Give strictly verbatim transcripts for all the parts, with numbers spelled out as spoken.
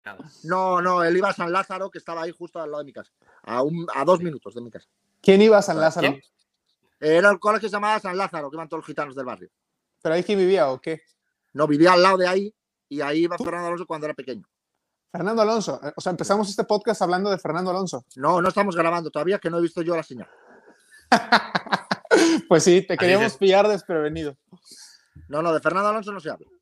No, no, él iba a San Lázaro, que estaba ahí justo al lado de mi casa, a, un, a dos minutos de mi casa. ¿Quién iba a San Lázaro? ¿Quién? Era el colegio que se llamaba San Lázaro, que iban todos los gitanos del barrio. ¿Pero ahí quién vivía o qué? No, vivía al lado de ahí y ahí iba Fernando Alonso cuando era pequeño. Fernando Alonso. O sea, empezamos este podcast hablando de Fernando Alonso. No, no estamos grabando todavía, que no he visto yo la señal. Pues sí, te queríamos pillar desprevenido. No, no, de Fernando Alonso no se habla.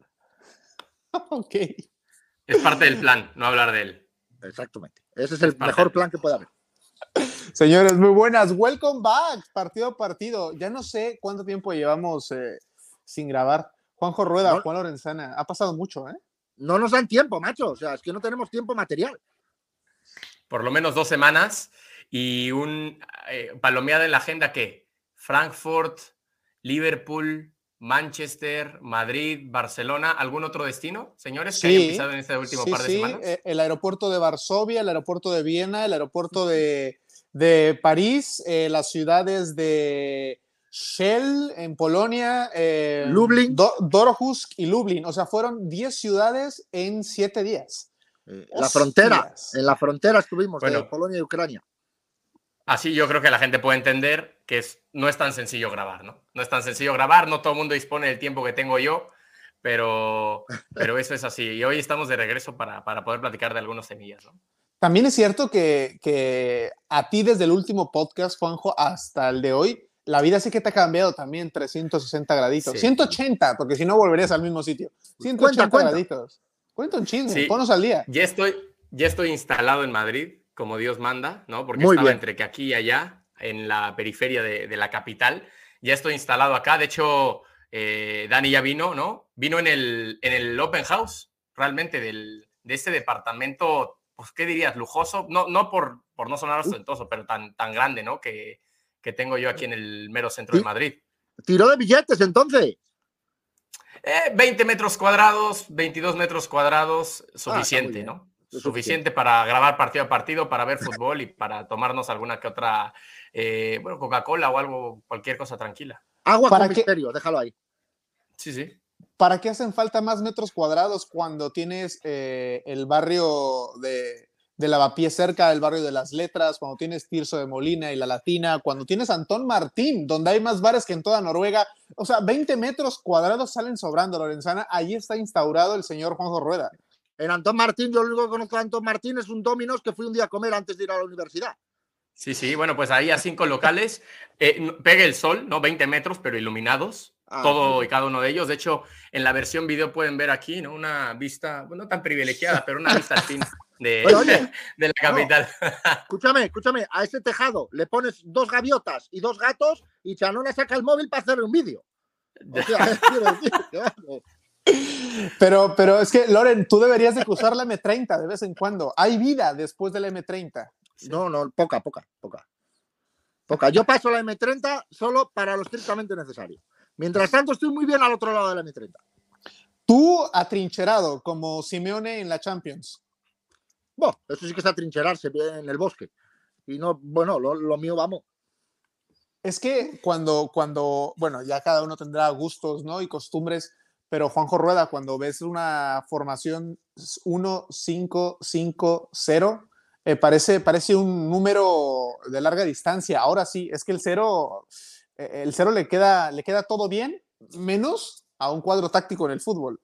Ok. Es parte del plan, no hablar de él. Exactamente. Ese es el es mejor plan que puede haber. Señores, muy buenas. Welcome back, partido a partido. Ya no sé cuánto tiempo llevamos eh, sin grabar. Juanjo Rueda, no, Juan Lorenzana. Ha pasado mucho, ¿eh? No nos dan tiempo, macho. O sea, es que no tenemos tiempo material. Por lo menos dos semanas y un eh, palomeada en la agenda que Frankfurt, Liverpool, Manchester, Madrid, Barcelona. ¿Algún otro destino, señores, sí, que hayan pisado en este último sí, par de sí. semanas? El aeropuerto de Varsovia, el aeropuerto de Viena, el aeropuerto de, de París, eh, las ciudades de Shell en Polonia, eh, Lublin, Do Dorohusk y Lublin. O sea, fueron diez ciudades en siete días. Eh, la frontera, en la frontera estuvimos, bueno, de Polonia y Ucrania. Así yo creo que la gente puede entender que es, no es tan sencillo grabar, ¿no? No es tan sencillo grabar, no todo el mundo dispone del tiempo que tengo yo, pero, pero eso es así. Y hoy estamos de regreso para, para poder platicar de algunos semillas, ¿no? También es cierto que, que a ti desde el último podcast, Juanjo, hasta el de hoy, la vida sí que te ha cambiado también trescientos sesenta graditos. Sí. ciento ochenta, porque si no volverías al mismo sitio. ciento ochenta cuenta, graditos. Cuenta un chisme, sí. Ponos al día. Ya estoy, ya estoy instalado en Madrid, como Dios manda, ¿no? Porque Muy estaba bien. entre que aquí y allá, en la periferia de, de la capital. Ya estoy instalado acá. De hecho, eh, Dani ya vino, ¿no? Vino en el, en el Open House, realmente, del, de este departamento, pues, ¿qué dirías? Lujoso. No, no por, por no sonar ostentoso, pero tan, tan grande, ¿no? Que, que tengo yo aquí en el mero centro de Madrid. ¿Tiró de billetes, entonces? Eh, veinte metros cuadrados, veintidós metros cuadrados, suficiente, ah, ¿no? Suficiente. suficiente para grabar partido a partido, para ver fútbol y para tomarnos alguna que otra, eh, bueno, Coca-Cola o algo, cualquier cosa tranquila. Agua con misterio, déjalo ahí. Sí, sí. ¿Para qué hacen falta más metros cuadrados cuando tienes eh, el barrio de, de Lavapiés cerca, el barrio de las Letras, cuando tienes Tirso de Molina y La Latina, cuando tienes Antón Martín, donde hay más bares que en toda Noruega? O sea, veinte metros cuadrados salen sobrando, Lorenzana. Allí está instaurado el señor Juanjo Rueda. En Antón Martín, yo lo único que conozco de Antón Martín es un Domino's que fui un día a comer antes de ir a la universidad. Sí, sí, bueno, pues ahí a cinco locales, eh, pegue el sol, ¿no? veinte metros, pero iluminados, ah, todo sí. y cada uno de ellos. De hecho, en la versión video pueden ver aquí, ¿no? Una vista, bueno, no tan privilegiada, pero una vista al fin de, oye, oye, de la capital. No. Escúchame, escúchame, a ese tejado le pones dos gaviotas y dos gatos y Chanona saca el móvil para hacerle un vídeo. O sea, quiero decir, claro. Pero, pero es que, Loren, tú deberías de cruzar la eme treinta de vez en cuando. Hay vida después de la eme treinta. Sí. No, no, poca, poca, poca. Poca. Yo paso la eme treinta solo para lo estrictamente necesario. Mientras tanto, estoy muy bien al otro lado de la eme treinta. Tú atrincherado, como Simeone en la Champions. Bueno, eso sí que es atrincherarse en el bosque. Y no, bueno, lo, lo mío, vamos. Es que cuando, cuando, bueno, ya cada uno tendrá gustos, ¿no? Y costumbres. Pero Juanjo Rueda, cuando ves una formación uno cinco cinco cero, eh, parece, parece un número de larga distancia. Ahora sí, es que el cero, eh, el cero le queda, le queda todo bien, menos a un cuadro táctico en el fútbol.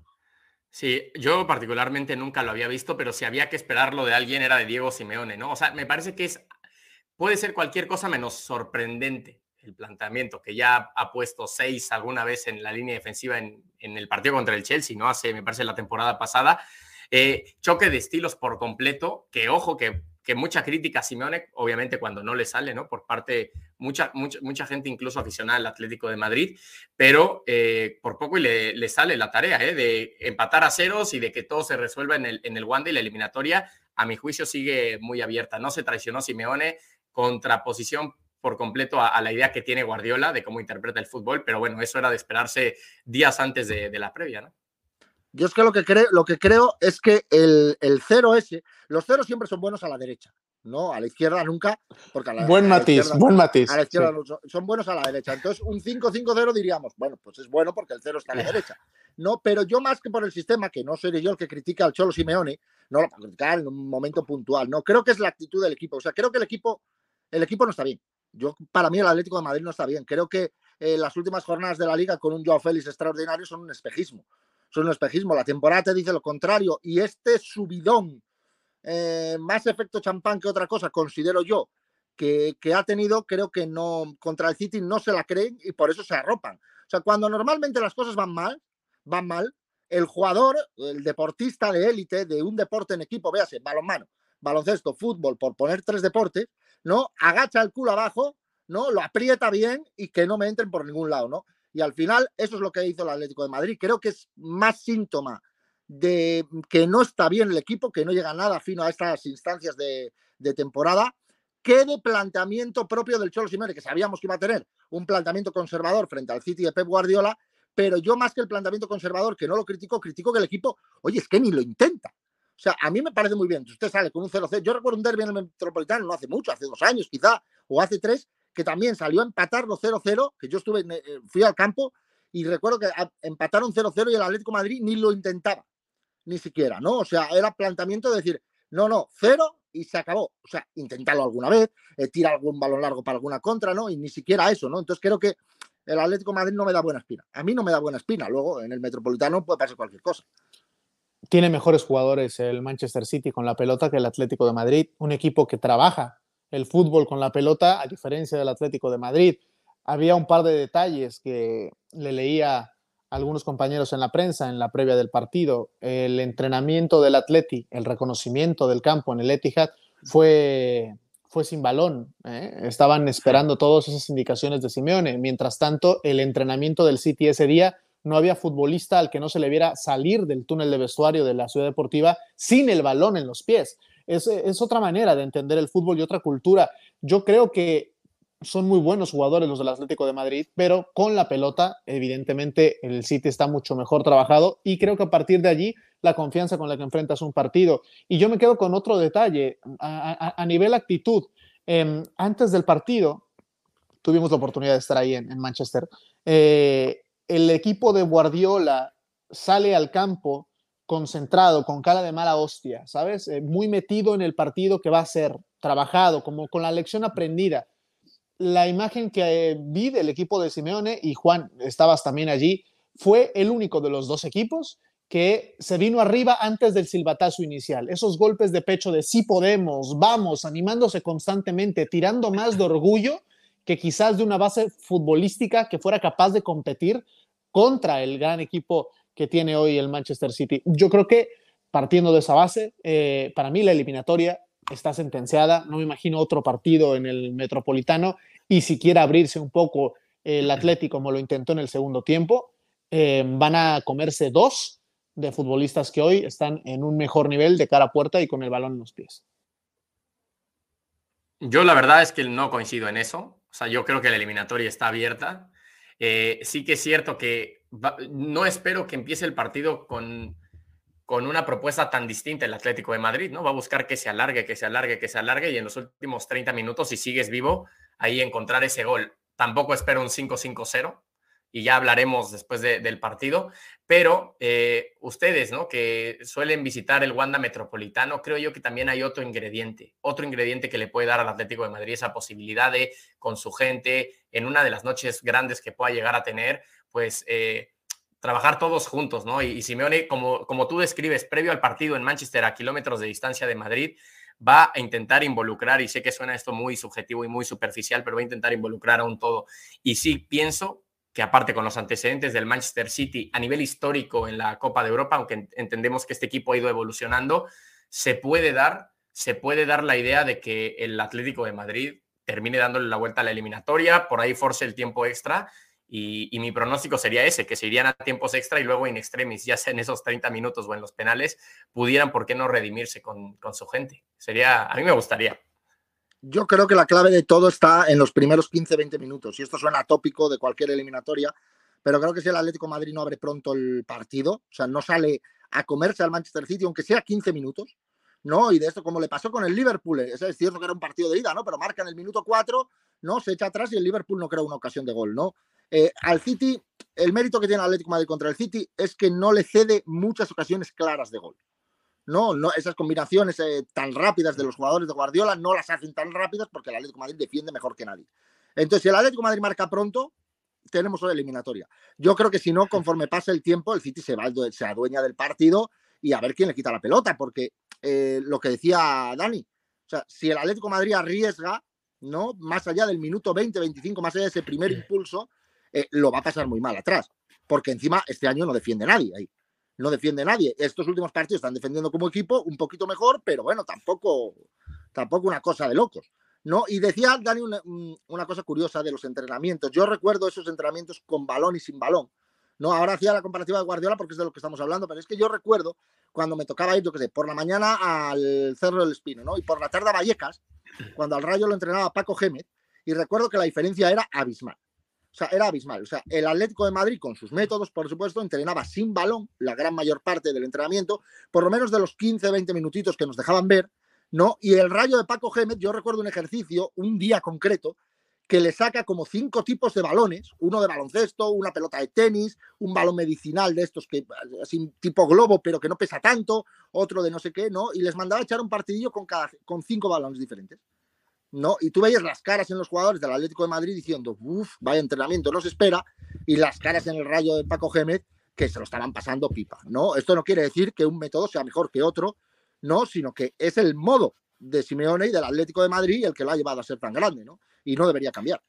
Sí, yo particularmente nunca lo había visto, pero si había que esperarlo de alguien era de Diego Simeone, ¿no? O sea, me parece que es, puede ser cualquier cosa menos sorprendente el planteamiento, que ya ha puesto seis alguna vez en la línea defensiva en, en el partido contra el Chelsea, ¿no? Hace, me parece, la temporada pasada. Eh, choque de estilos por completo, que ojo, que, que mucha crítica a Simeone, obviamente cuando no le sale, ¿no? Por parte, mucha, mucha, mucha gente incluso aficionada al Atlético de Madrid, pero eh, por poco y le, le sale la tarea, ¿eh? De empatar a ceros y de que todo se resuelva en el, en el Wanda, y la eliminatoria, a mi juicio, sigue muy abierta. No se traicionó Simeone, contraposición por completo a, a la idea que tiene Guardiola de cómo interpreta el fútbol, pero bueno, eso era de esperarse días antes de, de la previa, ¿no? Yo es que lo que creo, lo que creo es que el, el cero ese, los ceros siempre son buenos a la derecha, no a la izquierda nunca, porque a la, buen a la matiz, izquierda, buen matiz. A la izquierda sí. son, son buenos a la derecha. Entonces, un cinco cinco cero diríamos, bueno, pues es bueno porque el cero está a la derecha. No, pero yo más que por el sistema, que no seré yo el que critica al Cholo Simeone, no lo puedo criticar en un momento puntual, no, creo que es la actitud del equipo, o sea, creo que el equipo, el equipo no está bien. Yo, para mí, el Atlético de Madrid no está bien. Creo que eh, las últimas jornadas de la Liga con un Joao Félix extraordinario son un espejismo. Son un espejismo. La temporada te dice lo contrario. Y este subidón, eh, más efecto champán que otra cosa, considero yo, que, que ha tenido, creo que no, contra el City no se la creen y por eso se arropan. O sea, cuando normalmente las cosas van mal, van mal, el jugador, el deportista de élite de un deporte en equipo, véase, balonmano, baloncesto, fútbol, por poner tres deportes, ¿no? Agacha el culo abajo, ¿no? Lo aprieta bien y que no me entren por ningún lado, ¿no? Y al final eso es lo que hizo el Atlético de Madrid. Creo que es más síntoma de que no está bien el equipo, que no llega nada fino a estas instancias de, de temporada, que de planteamiento propio del Cholo Simeone, que sabíamos que iba a tener un planteamiento conservador frente al City de Pep Guardiola, pero yo más que el planteamiento conservador, que no lo critico, critico que el equipo, oye, es que ni lo intenta. O sea, a mí me parece muy bien. Usted sale con un cero cero. Yo recuerdo un derbi en el Metropolitano, no hace mucho, hace dos años quizá, o hace tres, que también salió a empatarlo cero cero, que yo estuve, fui al campo y recuerdo que empataron cero cero y el Atlético de Madrid ni lo intentaba, ni siquiera, ¿no? O sea, era planteamiento de decir, no, no, cero y se acabó. O sea, intentarlo alguna vez, eh, tira algún balón largo para alguna contra, ¿no? Y ni siquiera eso, ¿no? Entonces creo que el Atlético de Madrid no me da buena espina. A mí no me da buena espina. Luego, en el Metropolitano puede pasar cualquier cosa. Tiene mejores jugadores el Manchester City con la pelota que el Atlético de Madrid, un equipo que trabaja el fútbol con la pelota a diferencia del Atlético de Madrid. Había un par de detalles que le leía a algunos compañeros en la prensa en la previa del partido. El entrenamiento del Atleti, el reconocimiento del campo en el Etihad fue, fue sin balón, ¿eh? Estaban esperando todas esas indicaciones de Simeone. Mientras tanto, el entrenamiento del City ese día, no había futbolista al que no se le viera salir del túnel de vestuario de la Ciudad Deportiva sin el balón en los pies. Es, es otra manera de entender el fútbol y otra cultura. Yo creo que son muy buenos jugadores los del Atlético de Madrid, pero con la pelota, evidentemente, el City está mucho mejor trabajado y creo que a partir de allí la confianza con la que enfrentas un partido. Y yo me quedo con otro detalle, a, a, a nivel actitud. Eh, antes del partido, tuvimos la oportunidad de estar ahí en, en Manchester, eh, el equipo de Guardiola sale al campo concentrado, con cara de mala hostia, ¿sabes? Eh, muy metido en el partido que va a ser, trabajado, como con la lección aprendida. La imagen que eh, vi del equipo de Simeone, y Juan, estabas también allí, fue el único de los dos equipos que se vino arriba antes del silbatazo inicial. Esos golpes de pecho de sí podemos, vamos, animándose constantemente, tirando más de orgullo que quizás de una base futbolística que fuera capaz de competir contra el gran equipo que tiene hoy el Manchester City. Yo creo que partiendo de esa base, eh, para mí la eliminatoria está sentenciada. No me imagino otro partido en el Metropolitano y si quiere abrirse un poco el Atlético como lo intentó en el segundo tiempo, eh, van a comerse dos de futbolistas que hoy están en un mejor nivel de cara a puerta y con el balón en los pies. Yo la verdad es que no coincido en eso. O sea, yo creo que la eliminatoria está abierta. Eh, sí que es cierto que va, no espero que empiece el partido con, con una propuesta tan distinta el Atlético de Madrid, ¿no? Va a buscar que se alargue, que se alargue, que se alargue y en los últimos treinta minutos, si sigues vivo, ahí encontrar ese gol. Tampoco espero un cinco cinco cero y ya hablaremos después de, del partido, pero eh, ustedes, ¿no? Que suelen visitar el Wanda Metropolitano, creo yo que también hay otro ingrediente, otro ingrediente que le puede dar al Atlético de Madrid esa posibilidad de, con su gente, en una de las noches grandes que pueda llegar a tener, pues eh, trabajar todos juntos, ¿no? Y, y Simeone, como, como tú describes, previo al partido en Manchester, a kilómetros de distancia de Madrid, va a intentar involucrar, y sé que suena esto muy subjetivo y muy superficial, pero va a intentar involucrar a un todo. Y sí pienso que aparte con los antecedentes del Manchester City a nivel histórico en la Copa de Europa, aunque entendemos que este equipo ha ido evolucionando, se puede dar, se puede dar la idea de que el Atlético de Madrid termine dándole la vuelta a la eliminatoria, por ahí force el tiempo extra, y, y mi pronóstico sería ese, que se irían a tiempos extra y luego in extremis, ya sea en esos treinta minutos o en los penales, pudieran, ¿por qué no redimirse con, con su gente? Sería, a mí me gustaría. Yo creo que la clave de todo está en los primeros quince veinte minutos. Y esto suena tópico de cualquier eliminatoria, pero creo que si el Atlético de Madrid no abre pronto el partido, o sea, no sale a comerse al Manchester City, aunque sea quince minutos, ¿no? Y de esto, como le pasó con el Liverpool, es cierto que era un partido de ida, ¿no? Pero marca en el minuto cuatro, ¿no? Se echa atrás y el Liverpool no crea una ocasión de gol, ¿no? Eh, al City, el mérito que tiene el Atlético de Madrid contra el City es que no le cede muchas ocasiones claras de gol. No, no, esas combinaciones eh, tan rápidas de los jugadores de Guardiola no las hacen tan rápidas porque el Atlético de Madrid defiende mejor que nadie. Entonces, si el Atlético de Madrid marca pronto, tenemos una eliminatoria. Yo creo que si no, conforme pase el tiempo, el City se, va, se adueña del partido y a ver quién le quita la pelota, porque eh, lo que decía Dani, o sea, si el Atlético de Madrid arriesga, ¿no? Más allá del minuto veinte, veinticinco, más allá de ese primer impulso, eh, lo va a pasar muy mal atrás, porque encima este año no defiende nadie ahí. No defiende nadie. Estos últimos partidos están defendiendo como equipo un poquito mejor, pero bueno, tampoco, tampoco una cosa de locos, ¿no? Y decía Dani una, una cosa curiosa de los entrenamientos. Yo recuerdo esos entrenamientos con balón y sin balón, ¿no? Ahora hacía la comparativa de Guardiola porque es de lo que estamos hablando, pero es que yo recuerdo cuando me tocaba ir, yo qué sé, por la mañana al Cerro del Espino, ¿no? Y por la tarde a Vallecas, cuando al Rayo lo entrenaba Paco Gémez, y recuerdo que la diferencia era abismal. O sea, era abismal. O sea, el Atlético de Madrid, con sus métodos, por supuesto, entrenaba sin balón la gran mayor parte del entrenamiento, por lo menos de los quince, veinte minutitos que nos dejaban ver, ¿no? Y el Rayo de Paco Gémez, yo recuerdo un ejercicio, un día concreto, que le saca como cinco tipos de balones, uno de baloncesto, una pelota de tenis, un balón medicinal de estos que así tipo globo, pero que no pesa tanto, otro de no sé qué, ¿no? Y les mandaba a echar un partidillo con, cada, con cinco balones diferentes, ¿no? Y tú veías las caras en los jugadores del Atlético de Madrid diciendo, uff, vaya entrenamiento, no se espera, y las caras en el Rayo de Paco Gémez que se lo estaban pasando pipa, ¿no? Esto no quiere decir que un método sea mejor que otro, no, sino que es el modo de Simeone y del Atlético de Madrid el que lo ha llevado a ser tan grande, ¿no? Y no debería cambiar.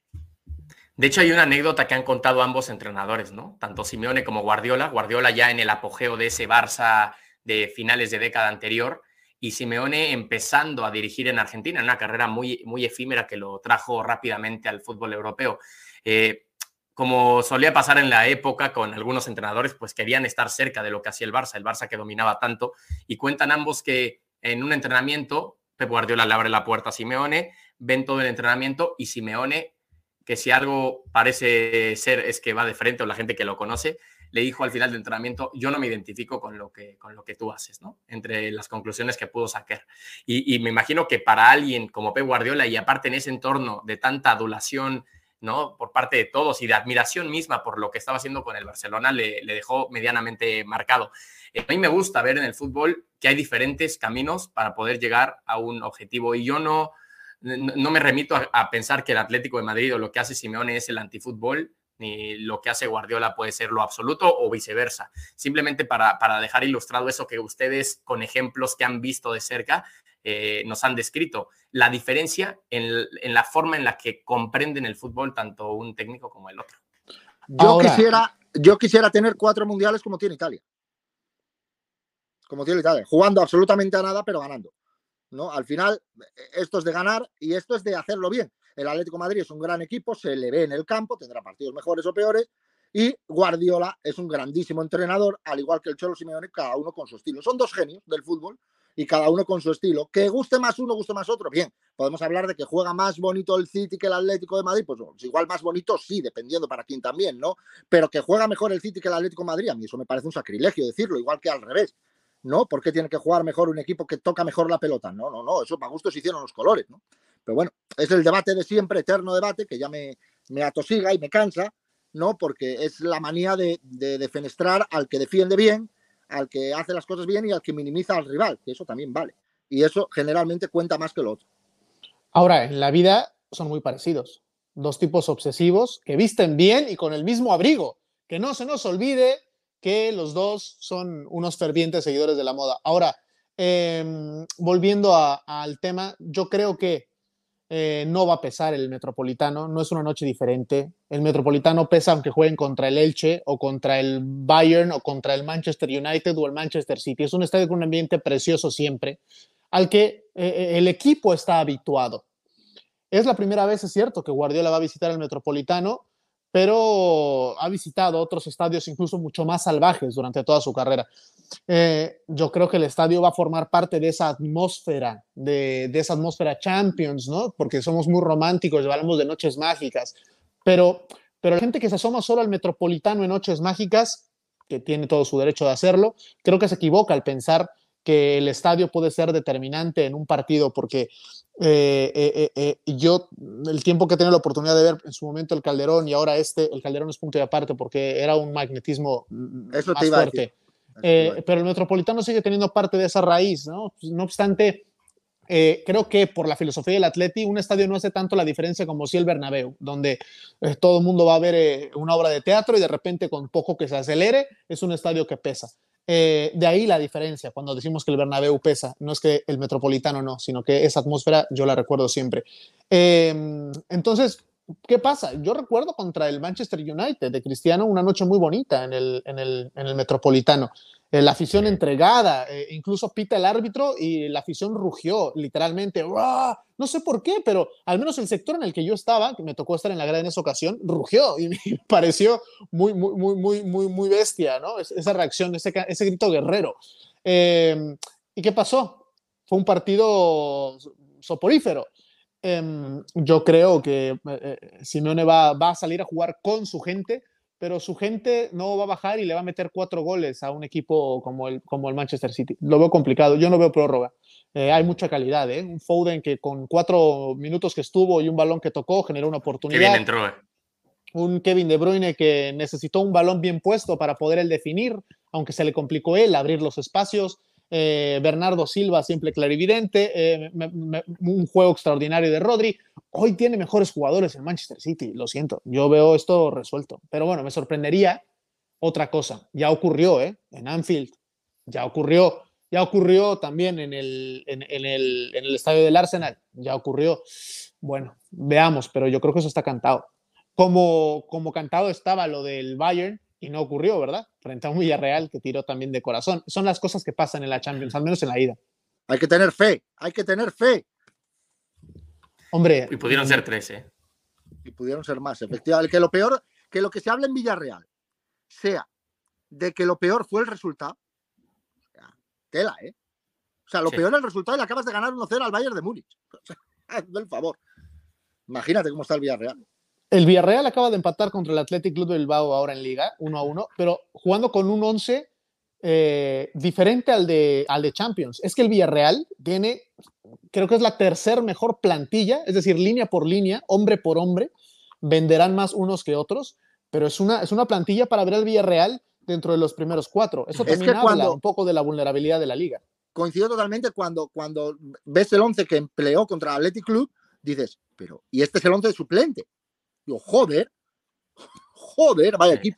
De hecho, hay una anécdota que han contado ambos entrenadores, ¿no? Tanto Simeone como Guardiola. Guardiola ya en el apogeo de ese Barça de finales de década anterior, y Simeone empezando a dirigir en Argentina, en una carrera muy, muy efímera que lo trajo rápidamente al fútbol europeo. Eh, como solía pasar en la época con algunos entrenadores, pues querían estar cerca de lo que hacía el Barça, el Barça que dominaba tanto, y cuentan ambos que en un entrenamiento, Pep Guardiola le abre la puerta a Simeone, ven todo el entrenamiento y Simeone, que si algo parece ser es que va de frente o la gente que lo conoce, le dijo al final del entrenamiento, yo no me identifico con lo que, con lo que tú haces, ¿no? Entre las conclusiones que pudo sacar. Y, y me imagino que para alguien como Pep Guardiola, y aparte en ese entorno de tanta adulación, ¿no? Por parte de todos y de admiración misma por lo que estaba haciendo con el Barcelona, le, le dejó medianamente marcado. Eh, a mí me gusta ver en el fútbol que hay diferentes caminos para poder llegar a un objetivo, y yo no, no, no me remito a, a pensar que el Atlético de Madrid o lo que hace Simeone es el antifútbol, ni lo que hace Guardiola puede ser lo absoluto o viceversa. Simplemente para, para dejar ilustrado eso que ustedes, con ejemplos que han visto de cerca, eh, nos han descrito. La diferencia en, en la forma en la que comprenden el fútbol tanto un técnico como el otro. Yo, Ahora, quisiera, yo quisiera tener cuatro mundiales como tiene Italia. Como tiene Italia. Jugando absolutamente a nada, pero ganando, ¿no? Al final, esto es de ganar y esto es de hacerlo bien. El Atlético de Madrid es un gran equipo, se le ve en el campo, tendrá partidos mejores o peores, y Guardiola es un grandísimo entrenador, al igual que el Cholo Simeone, cada uno con su estilo. Son dos genios del fútbol y cada uno con su estilo. Que guste más uno, guste más otro, bien. Podemos hablar de que juega más bonito el City que el Atlético de Madrid, pues igual más bonito sí, dependiendo para quién también, ¿no? Pero que juega mejor el City que el Atlético de Madrid, a mí eso me parece un sacrilegio decirlo, igual que al revés, ¿no? ¿Por qué tiene que jugar mejor un equipo que toca mejor la pelota? No, no, no, eso para gusto se hicieron los colores, ¿no? Pero bueno, es el debate de siempre, eterno debate, que ya me, me atosiga y me cansa, ¿no? Porque es la manía de, de defenestrar al que defiende bien, al que hace las cosas bien y al que minimiza al rival, que eso también vale. Y eso generalmente cuenta más que lo otro. Ahora, en la vida son muy parecidos. Dos tipos obsesivos que visten bien y con el mismo abrigo. Que no se nos olvide que los dos son unos fervientes seguidores de la moda. Ahora, eh, volviendo a, a, al tema, yo creo que eh, no va a pesar el Metropolitano, no es una noche diferente. El Metropolitano pesa aunque jueguen contra el Elche o contra el Bayern o contra el Manchester United o el Manchester City. Es un estadio con un ambiente precioso siempre, al que eh, el equipo está habituado. Es la primera vez, es cierto, que Guardiola va a visitar el Metropolitano, pero ha visitado otros estadios incluso mucho más salvajes durante toda su carrera. Eh, yo creo que el estadio va a formar parte de esa atmósfera, de, de esa atmósfera Champions, ¿no? Porque somos muy románticos, hablamos de noches mágicas, pero, pero la gente que se asoma solo al Metropolitano en noches mágicas, que tiene todo su derecho de hacerlo, creo que se equivoca al pensar que el estadio puede ser determinante en un partido, porque eh, eh, eh, yo, el tiempo que he tenido la oportunidad de ver en su momento el Calderón y ahora este, el Calderón es punto y aparte porque era un magnetismo Eso más te iba fuerte. A decir. eh, pero el Metropolitano sigue teniendo parte de esa raíz, ¿no? No obstante, eh, creo que por la filosofía del Atleti, un estadio no hace tanto la diferencia como si el Bernabéu, donde eh, todo el mundo va a ver eh, una obra de teatro y de repente con poco que se acelere, es un estadio que pesa. Eh, de ahí la diferencia cuando decimos que el Bernabéu pesa, no es que el Metropolitano no, sino que esa atmósfera yo la recuerdo siempre. Eh, entonces, ¿qué pasa? Yo recuerdo contra el Manchester United de Cristiano una noche muy bonita en el, en el, en el Metropolitano. Eh, la afición entregada, eh, incluso pita el árbitro y la afición rugió, literalmente. ¡Uah! No sé por qué, pero al menos el sector en el que yo estaba, que me tocó estar en la grada en esa ocasión, rugió y me pareció muy, muy, muy, muy, muy, muy bestia, ¿no? Esa reacción, ese, ese grito guerrero. Eh, ¿Y qué pasó? Fue un partido soporífero. Eh, yo creo que eh, Simeone va, va a salir a jugar con su gente, pero su gente no va a bajar y le va a meter cuatro goles a un equipo como el, como el Manchester City. Lo veo complicado, yo no veo prórroga. Eh, hay mucha calidad, ¿eh? Un Foden que con cuatro minutos que estuvo y un balón que tocó generó una oportunidad. Qué bien entró, eh. Un Kevin De Bruyne que necesitó un balón bien puesto para poder él definir, aunque se le complicó él abrir los espacios. Eh, Bernardo Silva, siempre clarividente, eh, me, me, un juego extraordinario de Rodri. Hoy tiene mejores jugadores en Manchester City, lo siento, yo veo esto resuelto. Pero bueno, me sorprendería otra cosa. Ya ocurrió, ¿eh? En Anfield, ya ocurrió. Ya ocurrió también en el, en, en, el, en el estadio del Arsenal, ya ocurrió. Bueno, veamos, pero yo creo que eso está cantado. Como, como cantado estaba lo del Bayern, y no ocurrió, ¿verdad? Frente a un Villarreal que tiró también de corazón. Son las cosas que pasan en la Champions, al menos en la ida. Hay que tener fe, hay que tener fe. Hombre. Y pudieron ser tres, ¿eh? Y pudieron ser más, efectivamente. Que lo peor, que lo que se habla en Villarreal sea de que lo peor fue el resultado. Tela, ¿eh? O sea, lo sí. peor es el resultado y le acabas de ganar uno cero al Bayern de Múnich. O sea, hazme el favor. Imagínate cómo está el Villarreal. El Villarreal acaba de empatar contra el Athletic Club de Bilbao ahora en Liga, uno a uno, pero jugando con un once eh, diferente al de, al de Champions. Es que el Villarreal tiene, creo que es la tercer mejor plantilla, es decir, línea por línea, hombre por hombre, venderán más unos que otros, pero es una, es una plantilla para ver al Villarreal dentro de los primeros cuatro. Eso también es que habla cuando, un poco de la vulnerabilidad de la Liga. Coincido totalmente cuando, cuando ves el once que empleó contra el Athletic Club, dices, pero, ¿y este es el once de suplente? Digo, joder, joder, vaya equipo.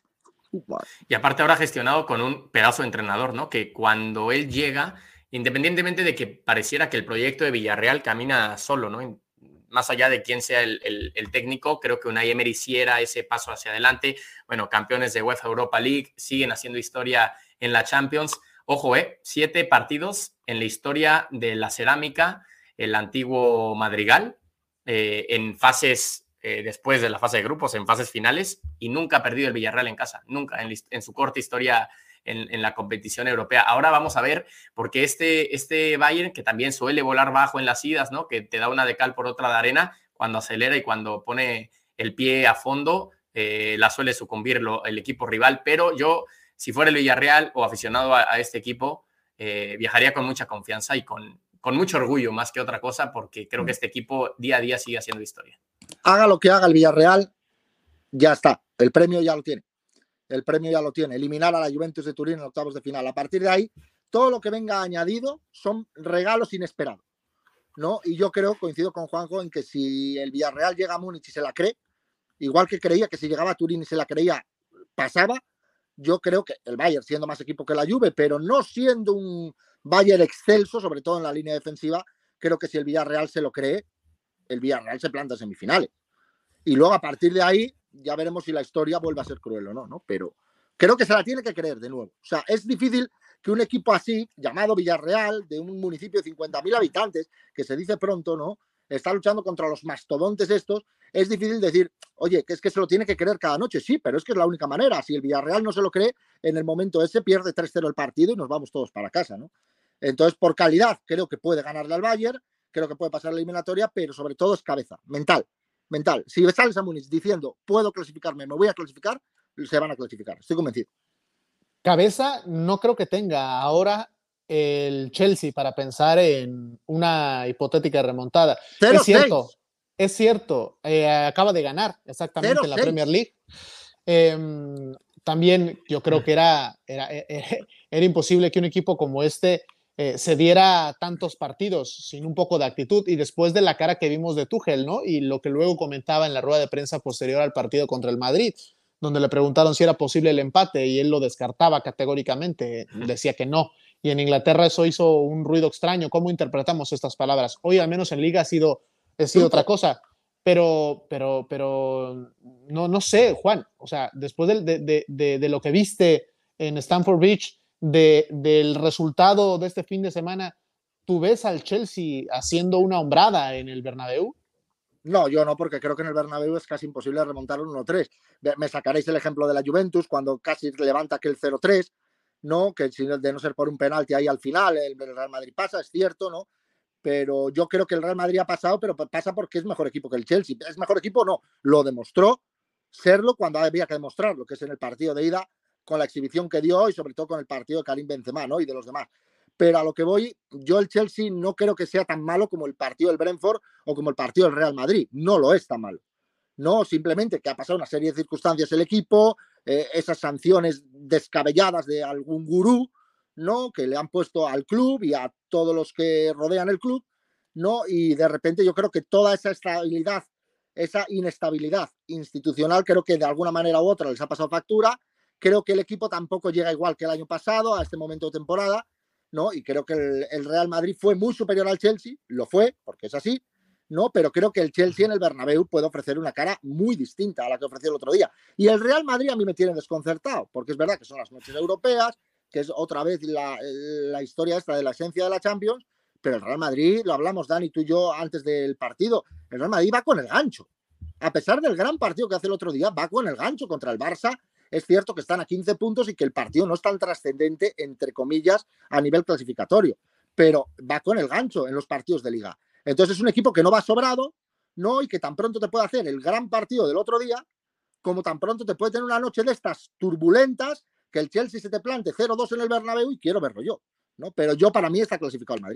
Y aparte ahora gestionado con un pedazo de entrenador, ¿no? Que cuando él llega, independientemente de que pareciera que el proyecto de Villarreal camina solo, ¿no? Más allá de quién sea el, el, el técnico, creo que Unai Emery hiciera ese paso hacia adelante. Bueno, campeones de UEFA Europa League, siguen haciendo historia en la Champions. Ojo, ¿eh? Siete partidos en la historia de la cerámica, el antiguo Madrigal, eh, en fases... Eh, después de la fase de grupos, en fases finales, y nunca ha perdido el Villarreal en casa, nunca, en, en su corta historia en, en la competición europea. Ahora vamos a ver, porque este, este Bayern, que también suele volar bajo en las idas, ¿no? Que te da una de cal por otra de arena, cuando acelera y cuando pone el pie a fondo, eh, la suele sucumbir lo, el equipo rival, pero yo, si fuera el Villarreal o aficionado a, a este equipo, eh, viajaría con mucha confianza y con, con mucho orgullo, más que otra cosa, porque creo que este equipo día a día sigue haciendo historia. Haga lo que haga el Villarreal, ya está. El premio ya lo tiene. El premio ya lo tiene. Eliminar a la Juventus de Turín en octavos de final. A partir de ahí, todo lo que venga añadido son regalos inesperados, ¿no? Y yo creo, coincido con Juanjo, en que si el Villarreal llega a Múnich y se la cree, igual que creía que si llegaba a Turín y se la creía, pasaba, yo creo que el Bayern, siendo más equipo que la Juve, pero no siendo un Bayern excelso, sobre todo en la línea defensiva, creo que si el Villarreal se lo cree, el Villarreal se planta en semifinales. Y luego, a partir de ahí, ya veremos si la historia vuelve a ser cruel o no, ¿no? Pero creo que se la tiene que creer de nuevo. O sea, es difícil que un equipo así, llamado Villarreal, de un municipio de cincuenta mil habitantes, que se dice pronto, ¿no? Está luchando contra los mastodontes estos. Es difícil decir, oye, que es que se lo tiene que creer cada noche. Sí, pero es que es la única manera. Si el Villarreal no se lo cree, en el momento ese pierde tres cero el partido y nos vamos todos para casa, ¿no? Entonces, por calidad, creo que puede ganarle al Bayern. Creo que puede pasar la eliminatoria, pero sobre todo es cabeza, mental, mental. Si sales a Múnich diciendo, puedo clasificarme, me voy a clasificar, se van a clasificar, estoy convencido. Cabeza no creo que tenga ahora el Chelsea para pensar en una hipotética remontada. Cero, es cierto, seis. es cierto, eh, acaba de ganar exactamente Cero, en la seis. Premier League. Eh, también yo creo que era, era, era, era imposible que un equipo como este eh, se diera tantos partidos sin un poco de actitud, y después de la cara que vimos de Tuchel, ¿no? Y lo que luego comentaba en la rueda de prensa posterior al partido contra el Madrid, donde le preguntaron si era posible el empate y él lo descartaba categóricamente, decía que no. Y en Inglaterra eso hizo un ruido extraño. ¿Cómo interpretamos estas palabras? Hoy, al menos en Liga, ha sido, ha sido otra cosa. Pero, pero, pero, no, no sé, Juan. O sea, después de, de, de, de lo que viste en Stamford Bridge, de, del resultado de este fin de semana, ¿tú ves al Chelsea haciendo una hombrada en el Bernabéu? No, yo no, porque creo que en el Bernabéu es casi imposible remontar un uno tres. Me sacaréis el ejemplo de la Juventus, cuando casi levanta aquel cero tres, ¿no? Que si de no ser por un penalti ahí al final, el Real Madrid pasa, es cierto, ¿no? Pero yo creo que el Real Madrid ha pasado, pero pasa porque es mejor equipo que el Chelsea. ¿Es mejor equipo? No, lo demostró serlo cuando había que demostrarlo, que es en el partido de ida, con la exhibición que dio y sobre todo con el partido de Karim Benzema, ¿no? Y de los demás. Pero a lo que voy, yo el Chelsea no creo que sea tan malo como el partido del Brentford o como el partido del Real Madrid. No lo es tan malo. No, simplemente que ha pasado una serie de circunstancias el equipo, eh, esas sanciones descabelladas de algún gurú, ¿no? Que le han puesto al club y a todos los que rodean el club, ¿no? Y de repente yo creo que toda esa estabilidad, esa inestabilidad institucional, creo que de alguna manera u otra les ha pasado factura. Creo que el equipo tampoco llega igual que el año pasado, a este momento de temporada, ¿no? Y creo que el, el Real Madrid fue muy superior al Chelsea, lo fue, porque es así, ¿no? Pero creo que el Chelsea en el Bernabéu puede ofrecer una cara muy distinta a la que ofreció el otro día. Y el Real Madrid a mí me tiene desconcertado, porque es verdad que son las noches europeas, que es otra vez la, la historia esta de la esencia de la Champions, pero el Real Madrid, lo hablamos Dani, tú y yo antes del partido, el Real Madrid va con el gancho. A pesar del gran partido que hace el otro día, va con el gancho contra el Barça. Es cierto que están a quince puntos y que el partido no es tan trascendente, entre comillas, a nivel clasificatorio, pero va con el gancho en los partidos de Liga. Entonces es un equipo que no va sobrado, ¿no? Y que tan pronto te puede hacer el gran partido del otro día, como tan pronto te puede tener una noche de estas turbulentas, que el Chelsea se te plante cero dos en el Bernabéu y quiero verlo yo, ¿no? Pero yo, para mí, está clasificado el Madrid.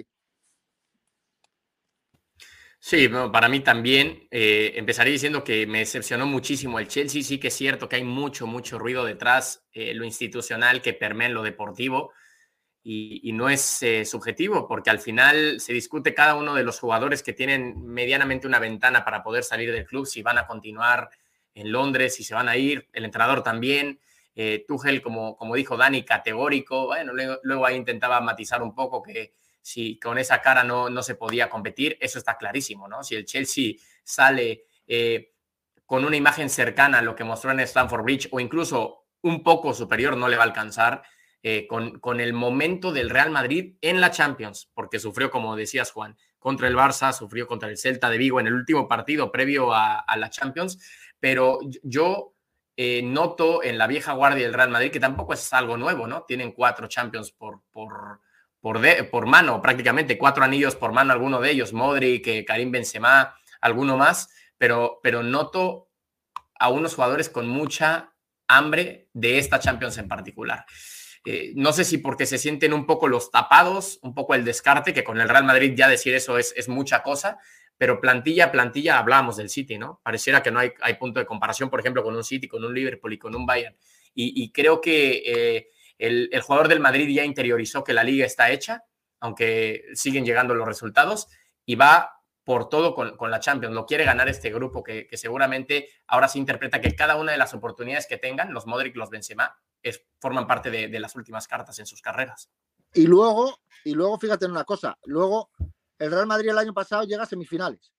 Sí, bueno, para mí también. Eh, empezaré diciendo que me decepcionó muchísimo el Chelsea. Sí que es cierto que hay mucho, mucho ruido detrás, eh, lo institucional que permea en lo deportivo, y, y no es eh, subjetivo, porque al final se discute cada uno de los jugadores que tienen medianamente una ventana para poder salir del club, si van a continuar en Londres, si se van a ir, el entrenador también. Eh, Tuchel, como, como dijo Dani, categórico. Bueno, luego, luego ahí intentaba matizar un poco que si con esa cara no, no se podía competir, eso está clarísimo, ¿no? Si el Chelsea sale eh, con una imagen cercana a lo que mostró en Stamford Bridge, o incluso un poco superior, no le va a alcanzar eh, con, con el momento del Real Madrid en la Champions, porque sufrió, como decías, Juan, contra el Barça, sufrió contra el Celta de Vigo en el último partido previo a, a la Champions, pero yo eh, noto en la vieja guardia del Real Madrid, que tampoco es algo nuevo, ¿no? Tienen cuatro Champions por... por Por, de, por mano, prácticamente cuatro anillos por mano, alguno de ellos, Modric, Karim Benzema, alguno más, pero, pero noto a unos jugadores con mucha hambre de esta Champions en particular. Eh, no sé si porque se sienten un poco los tapados, un poco el descarte, que con el Real Madrid ya decir eso es, es mucha cosa, pero plantilla, plantilla, hablábamos del City, ¿no? Pareciera que no hay, hay punto de comparación, por ejemplo, con un City, con un Liverpool y con un Bayern. Y, y creo que... Eh, El, el jugador del Madrid ya interiorizó que la liga está hecha, aunque siguen llegando los resultados, y va por todo con, con la Champions. Lo quiere ganar este grupo que, que seguramente ahora se interpreta que cada una de las oportunidades que tengan, los Modric, los Benzema, es, forman parte de, de las últimas cartas en sus carreras. Y luego, y luego, fíjate en una cosa, luego el Real Madrid el año pasado llega a semifinales,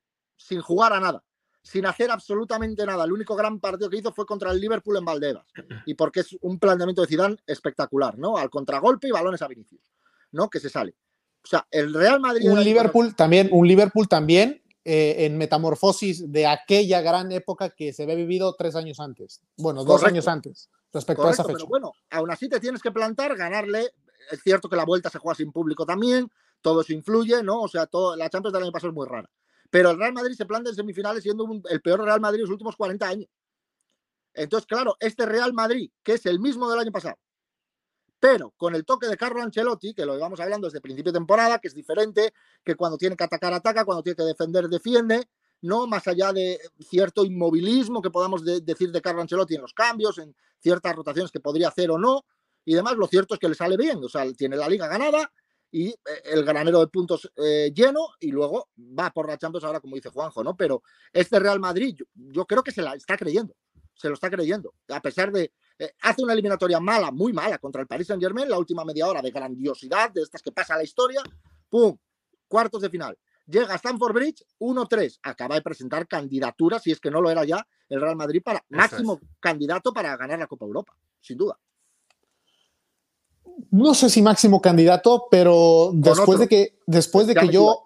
sin jugar a nada, sin hacer absolutamente nada. El único gran partido que hizo fue contra el Liverpool en Valdebebas, y porque es un planteamiento de Zidane espectacular, ¿no? Al contragolpe y balones a Vinicius, ¿no? Que se sale. O sea, el Real Madrid... Un Liverpool también, un Liverpool también eh, en metamorfosis de aquella gran época que se había vivido tres años antes. Bueno, Correcto. dos años antes, respecto Correcto, a esa fecha. Pero bueno, aún así te tienes que plantar, ganarle. Es cierto que la vuelta se juega sin público también, todo eso influye, ¿no? O sea, todo, la Champions del año pasado es muy rara. Pero el Real Madrid se planta en semifinales siendo un, el peor Real Madrid de los últimos cuarenta años. Entonces, claro, este Real Madrid, que es el mismo del año pasado, pero con el toque de Carlo Ancelotti, que lo llevamos hablando desde el principio de temporada, que es diferente, que cuando tiene que atacar, ataca, cuando tiene que defender, defiende, ¿no? Más allá de cierto inmovilismo que podamos de, decir de Carlo Ancelotti en los cambios, en ciertas rotaciones que podría hacer o no, y demás, lo cierto es que le sale bien, o sea, tiene la Liga ganada y el granero de puntos eh, lleno, y luego va por la Champions ahora, como dice Juanjo, ¿no? Pero este Real Madrid, yo, yo creo que se la está creyendo, se lo está creyendo, a pesar de, eh, hace una eliminatoria mala, muy mala, contra el Paris Saint-Germain, la última media hora de grandiosidad, de estas que pasa la historia, ¡pum!, cuartos de final. Llega a Stamford Bridge, uno tres, acaba de presentar candidaturas, si es que no lo era ya, el Real Madrid para máximo es. candidato para ganar la Copa Europa, sin duda. No sé si máximo candidato, pero después de que, después de que yo...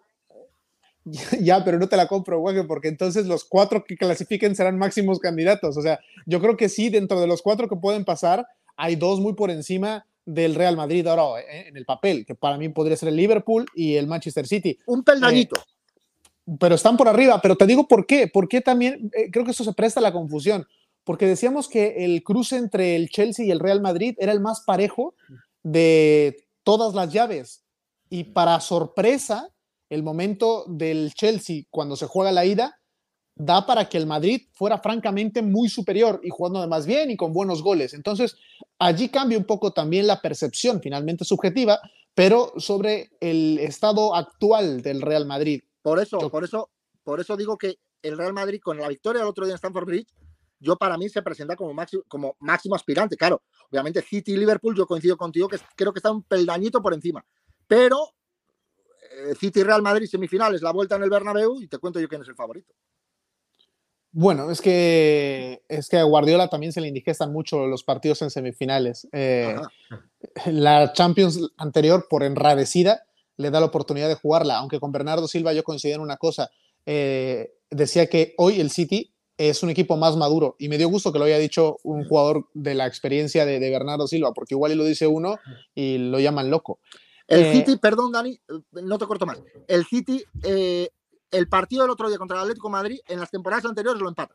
Ya, pero no te la compro, güey, porque entonces los cuatro que clasifiquen serán máximos candidatos. O sea, yo creo que sí, dentro de los cuatro que pueden pasar, hay dos muy por encima del Real Madrid ahora eh, en el papel, que para mí podría ser el Liverpool y el Manchester City. Un peldañito. Eh, pero están por arriba, pero te digo por qué. Porque también eh, creo que eso se presta a la confusión. Porque decíamos que el cruce entre el Chelsea y el Real Madrid era el más parejo de todas las llaves. Y para sorpresa, el momento del Chelsea cuando se juega la ida da para que el Madrid fuera francamente muy superior y jugando además bien y con buenos goles. Entonces, allí cambia un poco también la percepción, finalmente subjetiva, pero sobre el estado actual del Real Madrid. Por eso, yo... por eso, por eso digo que el Real Madrid, con la victoria el otro día en Stamford Bridge, yo para mí se presenta como máximo, como máximo aspirante. Claro, obviamente City y Liverpool, yo coincido contigo que creo que está un peldañito por encima. Pero eh, City y Real Madrid semifinales, la vuelta en el Bernabéu, y te cuento yo quién es el favorito. Bueno, es que, es que a Guardiola también se le indigestan mucho los partidos en semifinales. Eh, la Champions anterior, por enrarecida, le da la oportunidad de jugarla, aunque con Bernardo Silva yo coincidí en una cosa. Eh, decía que hoy el City es un equipo más maduro, y me dio gusto que lo haya dicho un jugador de la experiencia de, de Bernardo Silva, porque igual y lo dice uno y lo llaman loco. El eh, City, perdón Dani, no te corto más, el City... Eh... El partido del otro día contra el Atlético de Madrid, en las temporadas anteriores lo empata.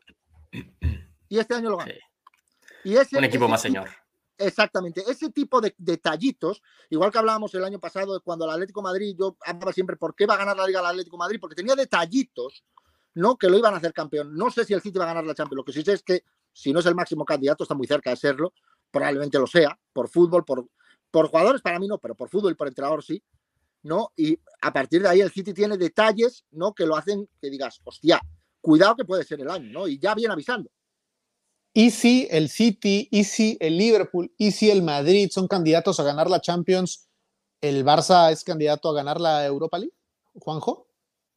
Y este año lo gana. Sí. Y ese, un equipo ese más tipo, señor. Exactamente. Ese tipo de detallitos, igual que hablábamos el año pasado de cuando el Atlético de Madrid, yo hablaba siempre por qué va a ganar la Liga el Atlético de Madrid, porque tenía detallitos, ¿no?, que lo iban a hacer campeón. No sé si el City va a ganar la Champions. Lo que sí sé es que si no es el máximo candidato, está muy cerca de serlo. Probablemente lo sea, por fútbol, por, por jugadores para mí no, pero por fútbol y por entrenador sí. ¿No? Y a partir de ahí el City tiene detalles, ¿no?, que lo hacen que digas, hostia, cuidado que puede ser el año, ¿no? Y ya viene avisando. ¿Y si el City, y si el Liverpool, y si el Madrid son candidatos a ganar la Champions, el Barça es candidato a ganar la Europa League, Juanjo?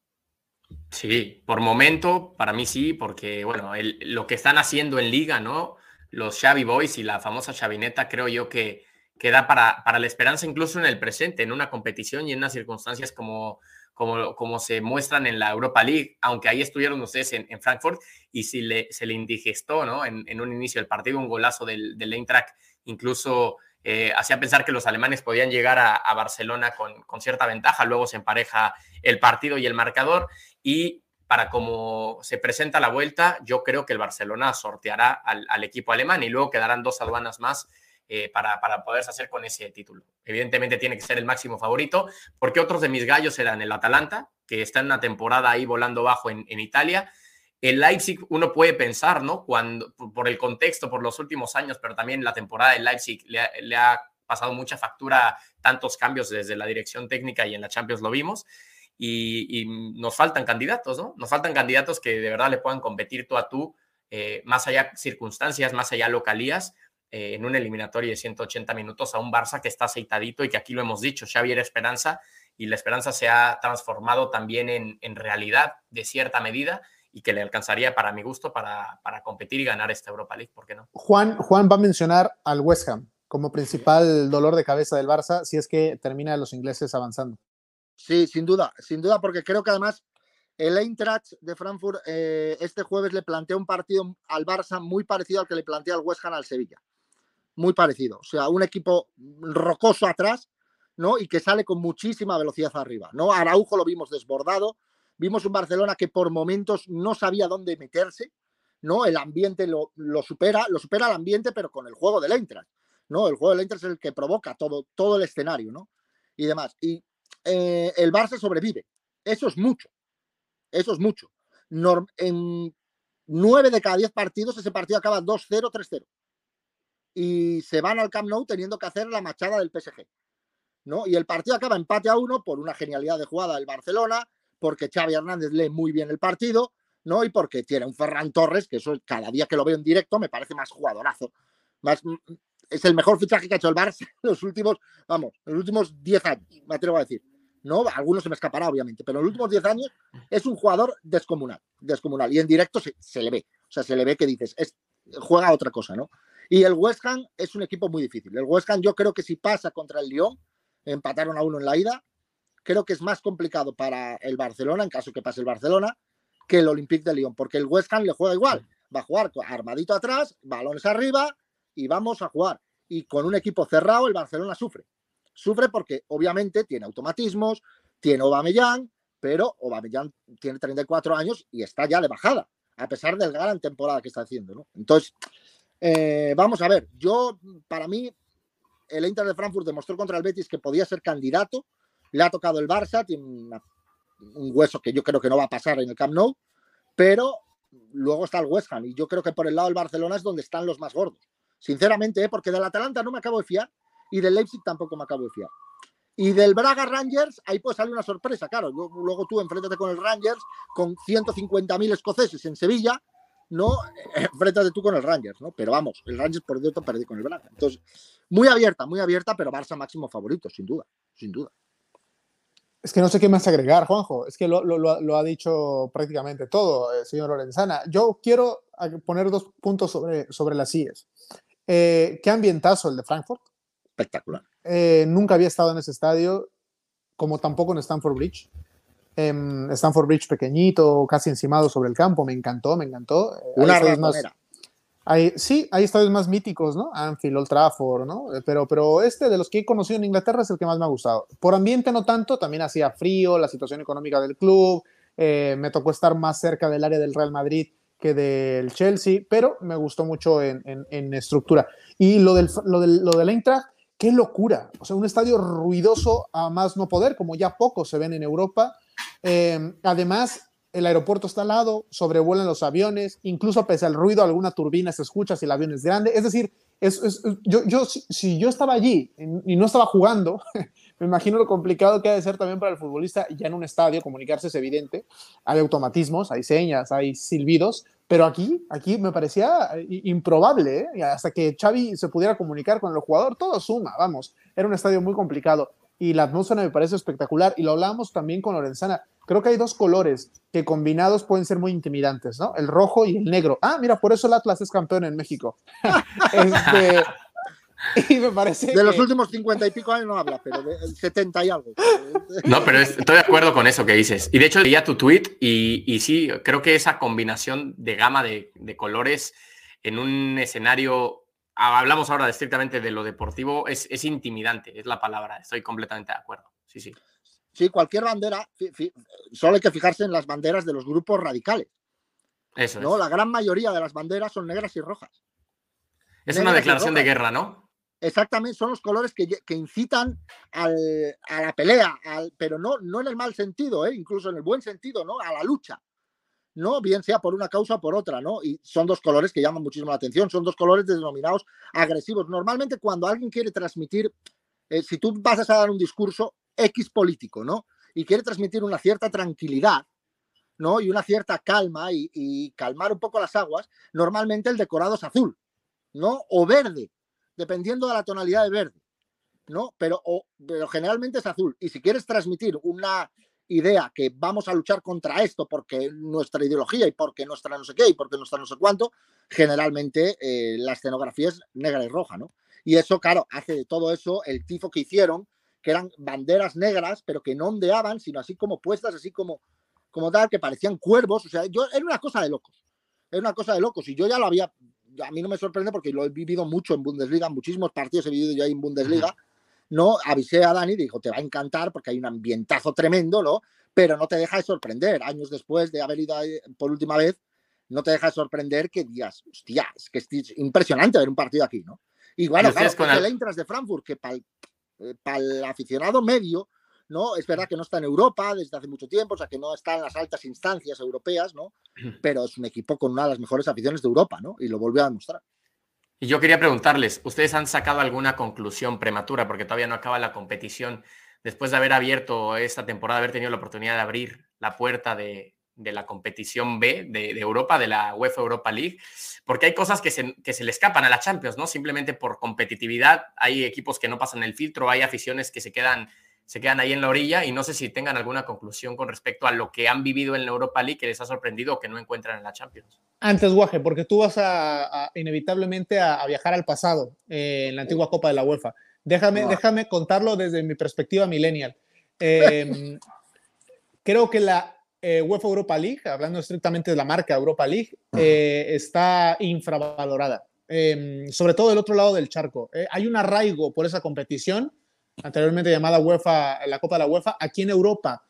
Sí, por momento, para mí sí, porque, bueno, el, lo que están haciendo en Liga, ¿no?, los Xavi Boys y la famosa Xavineta, creo yo que que da para, para la esperanza incluso en el presente, en una competición y en unas circunstancias como, como, como se muestran en la Europa League, aunque ahí estuvieron ustedes en, en Frankfurt y si le, se le indigestó, ¿no?, en, en un inicio del partido, un golazo del, del Eintracht, incluso eh, hacía pensar que los alemanes podían llegar a, a Barcelona con, con cierta ventaja, luego se empareja el partido y el marcador, y para cómo se presenta la vuelta, yo creo que el Barcelona sorteará al, al equipo alemán y luego quedarán dos aduanas más Eh, para, para poderse hacer con ese título. Evidentemente tiene que ser el máximo favorito, porque otros de mis gallos eran el Atalanta, que está en una temporada ahí volando bajo en, en Italia. El Leipzig, uno puede pensar, ¿no?, Cuando, por el contexto, por los últimos años, pero también la temporada del Leipzig le ha, le ha pasado mucha factura, tantos cambios desde la dirección técnica y en la Champions lo vimos, y, y nos faltan candidatos, ¿no? Nos faltan candidatos que de verdad le puedan competir tú a tú, eh, más allá circunstancias, más allá localías, Eh, en un eliminatorio de ciento ochenta minutos a un Barça que está aceitadito y que aquí lo hemos dicho, Xavi era esperanza y la esperanza se ha transformado también en, en realidad de cierta medida y que le alcanzaría para mi gusto para, para competir y ganar esta Europa League, ¿por qué no? Juan, Juan va a mencionar al West Ham como principal dolor de cabeza del Barça si es que termina los ingleses avanzando. Sí, sin duda, sin duda, porque creo que además el Eintracht de Frankfurt eh, este jueves le plantea un partido al Barça muy parecido al que le plantea al West Ham al Sevilla. Muy parecido, o sea, un equipo rocoso atrás, ¿no?, y que sale con muchísima velocidad arriba, ¿no? Araujo lo vimos desbordado, vimos un Barcelona que por momentos no sabía dónde meterse, ¿no? El ambiente lo, lo supera, lo supera el ambiente, pero con el juego del Eintracht, ¿no? El juego del Eintracht es el que provoca todo, todo el escenario, ¿no? Y demás. Y eh, el Barça sobrevive, eso es mucho, eso es mucho. en nueve de cada diez partidos ese partido acaba dos cero, tres cero. Y se van al Camp Nou teniendo que hacer la machada del P S G, ¿no? Y el partido acaba empate a uno por una genialidad de jugada del Barcelona, porque Xavi Hernández lee muy bien el partido, ¿no? Y porque tiene un Ferran Torres, que eso cada día que lo veo en directo me parece más jugadorazo. Más, es el mejor fichaje que ha hecho el Barça en los últimos, vamos, en los últimos diez años, me atrevo a decir. ¿No? Algunos se me escapará, obviamente, pero en los últimos diez años es un jugador descomunal, descomunal. Y en directo se, se le ve, o sea, se le ve que dices, es, juega a otra cosa, ¿no? Y el West Ham es un equipo muy difícil. El West Ham yo creo que si pasa contra el Lyon, empataron a uno en la ida, creo que es más complicado para el Barcelona, en caso que pase el Barcelona, que el Olympique de Lyon, porque el West Ham le juega igual, va a jugar armadito atrás, balones arriba y vamos a jugar. Y con un equipo cerrado el Barcelona sufre. Sufre porque obviamente tiene automatismos, tiene Aubameyang, pero Aubameyang tiene treinta y cuatro años y está ya de bajada, a pesar del gran temporada que está haciendo, ¿no? Entonces, eh, vamos a ver, yo, para mí, el Eintracht de Frankfurt demostró contra el Betis que podía ser candidato, le ha tocado el Barça, tiene una, un hueso que yo creo que no va a pasar en el Camp Nou, pero luego está el West Ham y yo creo que por el lado del Barcelona es donde están los más gordos, sinceramente, ¿eh? Porque del Atalanta no me acabo de fiar y del Leipzig tampoco me acabo de fiar. Y del Braga Rangers, ahí puede salir una sorpresa, claro. Luego tú enfréntate con el Rangers, con ciento cincuenta mil escoceses en Sevilla, ¿no? Enfréntate tú con el Rangers, ¿no? Pero vamos, el Rangers por cierto perdió con el Braga. Entonces, muy abierta, muy abierta, pero Barça máximo favorito, sin duda, sin duda. Es que no sé qué más agregar, Juanjo. Es que lo, lo, lo ha dicho prácticamente todo, el señor Lorenzana. Yo quiero poner dos puntos sobre, sobre las I E S. Eh, ¿Qué ambientazo el de Frankfurt? Espectacular. Eh, nunca había estado en ese estadio, como tampoco en Stamford Bridge. Eh, Stamford Bridge pequeñito, casi encimado sobre el campo, me encantó, me encantó. Una ratonera. Hay, sí, hay estadios más míticos, ¿no? Anfield, Old Trafford, ¿no? Pero, pero este, de los que he conocido en Inglaterra, es el que más me ha gustado. Por ambiente no tanto, también hacía frío, la situación económica del club, eh, me tocó estar más cerca del área del Real Madrid que del Chelsea, pero me gustó mucho en, en, en estructura. Y lo del, lo del, lo del Eintracht, qué locura. O sea, un estadio ruidoso a más no poder, como ya pocos se ven en Europa. Eh, además, el aeropuerto está al lado, sobrevuelan los aviones, incluso pese al ruido, alguna turbina se escucha si el avión es grande. Es decir, es, es, yo, yo, si, si yo estaba allí y no estaba jugando, me imagino lo complicado que ha de ser también para el futbolista ya en un estadio, comunicarse es evidente, hay automatismos, hay señas, hay silbidos, pero aquí, aquí me parecía improbable, ¿eh? Hasta que Xavi se pudiera comunicar con el jugador, todo suma, vamos, era un estadio muy complicado y la atmósfera me parece espectacular y lo hablábamos también con Lorenzana. Creo que hay dos colores que combinados pueden ser muy intimidantes, ¿no? El rojo y el negro. Ah, mira, por eso el Atlas es campeón en México. este, y me parece De que... los últimos cincuenta y pico años no habla, pero de setenta y algo. No, pero estoy de acuerdo con eso que dices. Y de hecho leía tu tweet y, y sí, creo que esa combinación de gama de, de colores en un escenario, hablamos ahora estrictamente de lo deportivo, es, es intimidante, es la palabra. Estoy completamente de acuerdo. Sí, sí. Sí, cualquier bandera, solo hay que fijarse en las banderas de los grupos radicales. Eso ¿no? es. La gran mayoría de las banderas son negras y rojas. Es negras una declaración de guerra, ¿no? Exactamente, son los colores que, que incitan al, a la pelea, al, pero no, no en el mal sentido, ¿eh? Incluso en el buen sentido, ¿no? A la lucha, ¿no? Bien sea por una causa o por otra, ¿no? Y son dos colores que llaman muchísimo la atención, son dos colores denominados agresivos. Normalmente cuando alguien quiere transmitir, eh, si tú vas a dar un discurso X político, ¿no? Y quiere transmitir una cierta tranquilidad, ¿no? Y una cierta calma y, y calmar un poco las aguas, normalmente el decorado es azul, ¿no? O verde, dependiendo de la tonalidad de verde, ¿no? Pero, o, pero generalmente es azul. Y si quieres transmitir una idea que vamos a luchar contra esto porque nuestra ideología y porque nuestra no sé qué y porque nuestra no sé cuánto, generalmente eh, la escenografía es negra y roja, ¿no? Y eso, claro, hace de todo eso el tifo que hicieron, que eran banderas negras, pero que no ondeaban, sino así como puestas, así como, como tal, que parecían cuervos. O sea, yo, era una cosa de locos. Era una cosa de locos. Y yo ya lo había... A mí no me sorprende porque lo he vivido mucho en Bundesliga, muchísimos partidos he vivido yo ahí en Bundesliga, ¿no? Avisé a Dani, dijo, te va a encantar porque hay un ambientazo tremendo, ¿no? Pero no te deja de sorprender. Años después de haber ido por última vez, no te deja de sorprender que digas, hostia, es que es impresionante ver un partido aquí, ¿no? Y bueno, claro, es el Eintracht de Frankfurt, que para el, para el aficionado medio ¿no? Es verdad que no está en Europa desde hace mucho tiempo, o sea, que no está en las altas instancias europeas, ¿no? Pero es un equipo con una de las mejores aficiones de Europa, ¿no? Y lo volvió a demostrar. Y yo quería preguntarles, ¿ustedes han sacado alguna conclusión prematura? Porque todavía no acaba la competición. Después de haber abierto esta temporada, haber tenido la oportunidad de abrir la puerta de, de la competición B de, de Europa, de la UEFA Europa League, porque hay cosas que se, que se le escapan a la Champions, ¿no? Simplemente por competitividad. Hay equipos que no pasan el filtro, hay aficiones que se quedan, se quedan ahí en la orilla, y no sé si tengan alguna conclusión con respecto a lo que han vivido en la Europa League que les ha sorprendido o que no encuentran en la Champions. Antes, Guaje, porque tú vas a, a inevitablemente a, a viajar al pasado, eh, en la antigua Copa de la UEFA. Déjame, no. déjame contarlo desde mi perspectiva millennial. Eh, creo que la eh, UEFA Europa League, hablando estrictamente de la marca Europa League, eh, está infravalorada. Eh, sobre todo del otro lado del charco. Eh, hay un arraigo por esa competición, anteriormente llamada UEFA, la Copa de la UEFA, aquí en Europa,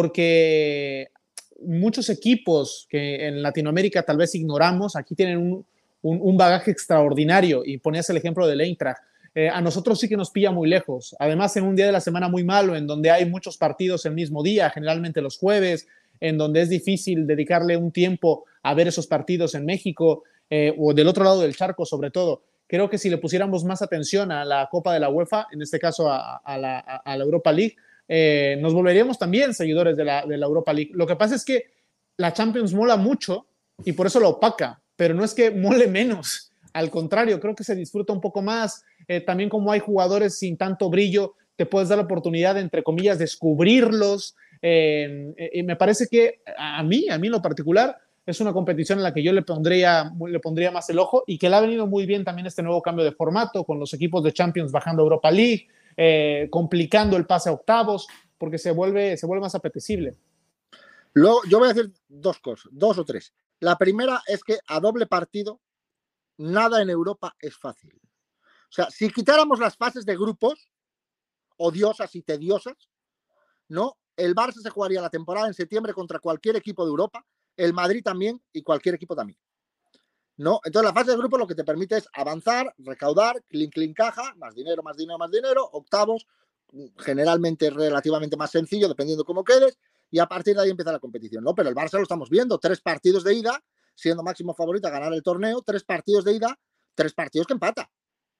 porque muchos equipos que en Latinoamérica tal vez ignoramos, aquí tienen un, un, un bagaje extraordinario, y ponías el ejemplo del Eintracht. Eh, a nosotros sí que nos pilla muy lejos, además en un día de la semana muy malo, en donde hay muchos partidos el mismo día, generalmente los jueves, en donde es difícil dedicarle un tiempo a ver esos partidos en México, eh, o del otro lado del charco sobre todo. Creo que si le pusiéramos más atención a la Copa de la UEFA, en este caso a, a, la, a la Europa League, Eh, nos volveríamos también seguidores de la, de la Europa League. Lo que pasa es que la Champions mola mucho y por eso la opaca, pero no es que mole menos, al contrario, creo que se disfruta un poco más. Eh, también, como hay jugadores sin tanto brillo, te puedes dar la oportunidad de, entre comillas, descubrirlos, eh, y me parece que a mí, a mí en lo particular, es una competición en la que yo le pondría, le pondría más el ojo, y que le ha venido muy bien también este nuevo cambio de formato, con los equipos de Champions bajando a Europa League, Eh, complicando el pase a octavos, porque se vuelve, se vuelve más apetecible. Luego, yo voy a decir dos cosas, dos o tres. La primera es que a doble partido, nada en Europa es fácil. O sea, si quitáramos las fases de grupos, odiosas y tediosas, ¿no? El Barça se jugaría la temporada en septiembre contra cualquier equipo de Europa, el Madrid también y cualquier equipo también, ¿no? Entonces la fase de grupo lo que te permite es avanzar, recaudar, clink, clink, caja, más dinero, más dinero, más dinero, octavos, generalmente relativamente más sencillo, dependiendo cómo quedes, y a partir de ahí empieza la competición, ¿no? Pero el Barça lo estamos viendo, tres partidos de ida, siendo máximo favorito a ganar el torneo, tres partidos de ida, tres partidos que empata.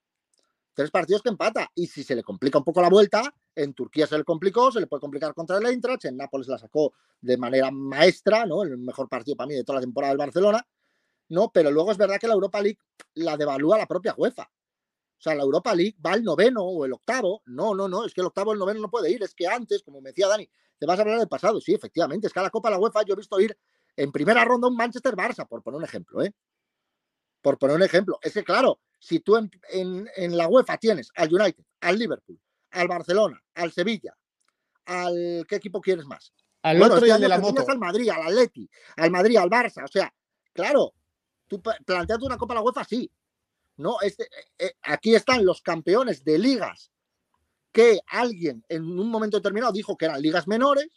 Tres partidos que empata. Y si se le complica un poco la vuelta, en Turquía se le complicó, se le puede complicar contra el Eintracht, en Nápoles la sacó de manera maestra, ¿no? El mejor partido para mí de toda la temporada del Barcelona, ¿no? Pero luego es verdad que la Europa League la devalúa la propia UEFA. O sea, la Europa League va al noveno o el octavo. No, no, no, es que el octavo o el noveno no puede ir. Es que antes, como me decía Dani, te vas a hablar del pasado. Sí, efectivamente, es que a la Copa de la UEFA yo he visto ir en primera ronda un Manchester-Barça, por poner un ejemplo, ¿eh? Por poner un ejemplo. Es que, claro, si tú en, en, en la UEFA tienes al United, al Liverpool, al Barcelona, al Sevilla, al... ¿qué equipo quieres más? Al bueno, otro y el de la moto. Al Madrid, al Atleti, al Madrid, al Barça. O sea, claro, tú planteas una Copa de la UEFA, sí. No, este, eh, aquí están los campeones de ligas que alguien en un momento determinado dijo que eran ligas menores,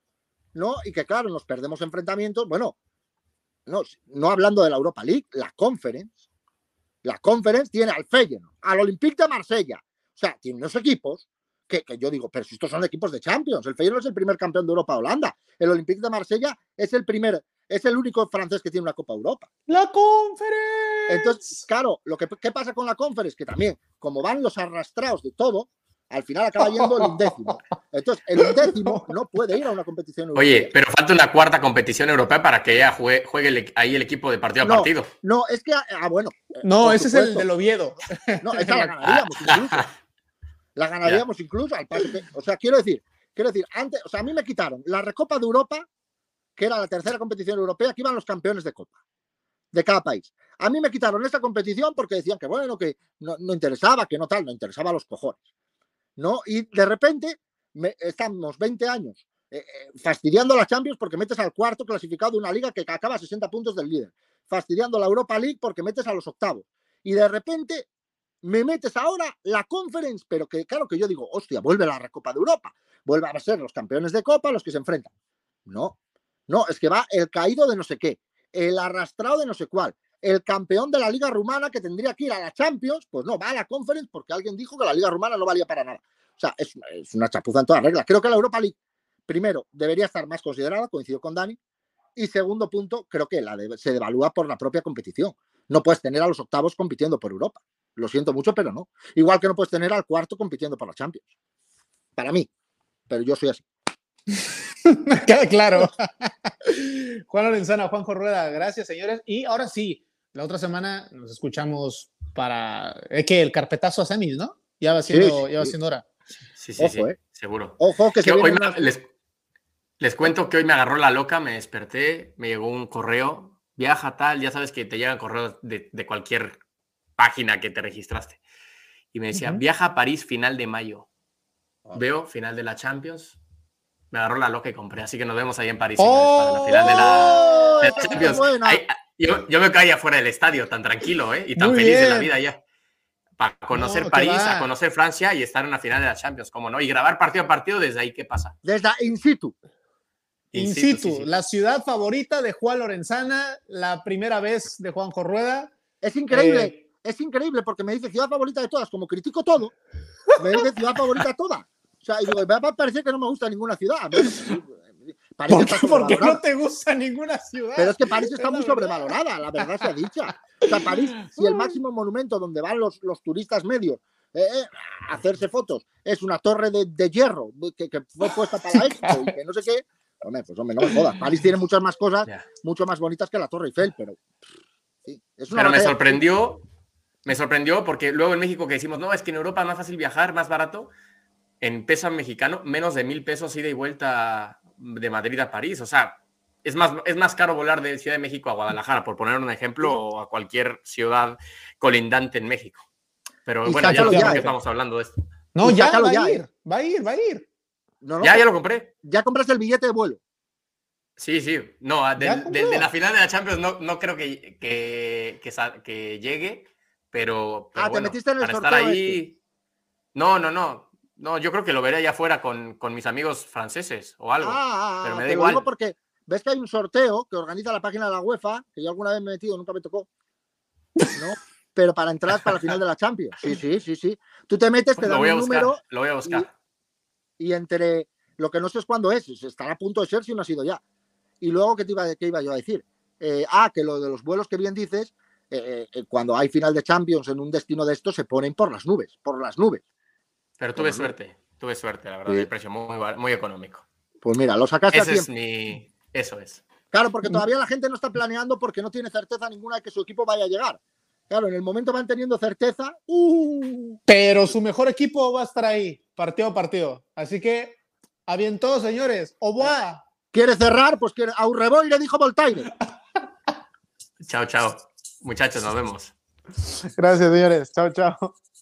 ¿no? Y que, claro, nos perdemos enfrentamientos. Bueno, no, no hablando de la Europa League, la Conference. La Conference tiene al Feyenoord, al Olympique de Marsella. O sea, tiene unos equipos que, que yo digo, pero si estos son equipos de Champions. El Feyenoord es el primer campeón de Europa, Holanda. El Olympique de Marsella es el primer, es el único francés que tiene una Copa Europa. ¡La Conference! Entonces, claro, lo que ¿qué pasa con la Conference? Que también, como van los arrastrados de todo, al final acaba yendo el undécimo. Entonces, el undécimo no puede ir a una competición europea. Oye, pero falta una cuarta competición europea para que ya juegue, juegue el, ahí el equipo de partido a no, partido. No, es que, ah, bueno. No, ese supuesto. Es el del Oviedo. No, esta la ganaríamos incluso. La ganaríamos yeah. incluso al paso que, o sea, quiero decir, quiero decir, antes, o sea, a mí me quitaron la Recopa de Europa, que era la tercera competición europea, que iban los campeones de Copa de cada país. A mí me quitaron esta competición porque decían que, bueno, que no, no interesaba, que no tal, no interesaba a los cojones, ¿no? Y de repente me, estamos veinte años eh, eh, fastidiando a la Champions porque metes al cuarto clasificado de una liga que acaba a sesenta puntos del líder, fastidiando a la Europa League porque metes a los octavos, y de repente me metes ahora la Conference, pero que claro que yo digo, hostia, vuelve la Recopa de Europa, vuelve a ser los campeones de Copa los que se enfrentan. No, no, es que va el caído de no sé qué, el arrastrado de no sé cuál, el campeón de la Liga Rumana que tendría que ir a la Champions, pues no, va a la Conference porque alguien dijo que la Liga Rumana no valía para nada. O sea, es, es una chapuza en todas reglas. Creo que la Europa League, primero, debería estar más considerada, coincido con Dani, y segundo punto, creo que la de, se devalúa por la propia competición. No puedes tener a los octavos compitiendo por Europa. Lo siento mucho, pero no. Igual que no puedes tener al cuarto compitiendo por la Champions. Para mí. Pero yo soy así. Queda claro. Juan Lorenzana, Juanjo Rueda, gracias, señores. Y ahora sí, la otra semana nos escuchamos para... Es que el carpetazo a semis, ¿no? Ya va siendo, sí, ya va siendo hora. Sí, sí, Ojo, sí, eh. seguro. Ojo, que, que se hoy me, unas... les, les cuento que hoy me agarró la loca, me desperté, me llegó un correo, viaja tal, ya sabes que te llegan correos de, de cualquier página que te registraste. Y me decía, uh-huh. viaja a París final de mayo. Oh. Veo final de la Champions. Me agarró la loca y compré, así que nos vemos ahí en París oh, para la final de la, de la Champions. Bueno. Ahí, yo, yo me caí afuera del estadio tan tranquilo, ¿eh? Y tan Muy feliz bien. de la vida ya. Para conocer no, París, a conocer Francia y estar en la final de la Champions, ¿cómo no? Y grabar partido a partido, desde ahí, ¿qué pasa? Desde in situ. In, in situ, situ sí, sí. La ciudad favorita de Juan Lorenzana, la primera vez de Juanjo Rueda. Es increíble, eh, es increíble porque me dice ciudad favorita de todas, como critico todo, me dice ciudad favorita de todas. O sea, y digo, me va a parecer que no me gusta ninguna ciudad. París ¿Por, qué, ¿Por qué no te gusta ninguna ciudad? Pero es que París está muy sobrevalorada, la verdad sea dicha. O sea, París, si el máximo monumento donde van los, los turistas medios eh, eh, a hacerse fotos es una torre de, de hierro que, que fue puesta para la Expo y que no sé qué, hombre, pues hombre, no me jodas. París tiene muchas más cosas, yeah. mucho más bonitas que la Torre Eiffel, pero... Sí, es una pero me sorprendió, me sorprendió porque luego en México que decimos, no, es que en Europa es más fácil viajar, más barato, en peso mexicano, menos de mil pesos ida y vuelta de Madrid a París. O sea, es más, es más caro volar de Ciudad de México a Guadalajara, por poner un ejemplo, o a cualquier ciudad colindante en México. Pero bueno, ya no sé por qué estamos hablando de esto. No, ya va a ir, va a ir, va a ir. No, no, ya, ya lo compré. Ya compraste el billete de vuelo. Sí, sí. No, de, de, de la final de la Champions no, no creo que, que, que, que llegue, pero, pero ah, bueno, te metiste en el para sorteo estar ahí... este. No, no, no. No, yo creo que lo veré allá afuera con, con mis amigos franceses o algo. Ah, pero me da te igual. Lo digo porque ves que hay un sorteo que organiza la página de la UEFA, que yo alguna vez me he metido, nunca me tocó. ¿No? Pero para entrar para la final de la Champions. Sí, sí, sí, sí. Tú te metes, pues te dan un buscar, número. Lo voy a buscar. Y, y entre lo que no sé es cuándo es, estará a punto de ser si no ha sido ya. Y luego, ¿qué, te iba, qué iba yo a decir? Eh, ah, que lo de los vuelos que bien dices, eh, eh, cuando hay final de Champions en un destino de estos, se ponen por las nubes, por las nubes. Pero tuve suerte, tuve suerte, la verdad, sí. El precio muy, muy económico. Pues mira, lo sacaste Ese a es mi... Eso es. Claro, porque todavía la gente no está planeando porque no tiene certeza ninguna de que su equipo vaya a llegar. Claro, en el momento van teniendo certeza. Uh... Pero su mejor equipo va a estar ahí, partido a partido. Así que, a bien todos, señores. ¡Au revoir! ¿Quiere cerrar? Pues quiere. Au revoir, le dijo Voltaire. Chao, chao. Muchachos, nos vemos. Gracias, señores. Chao, chao.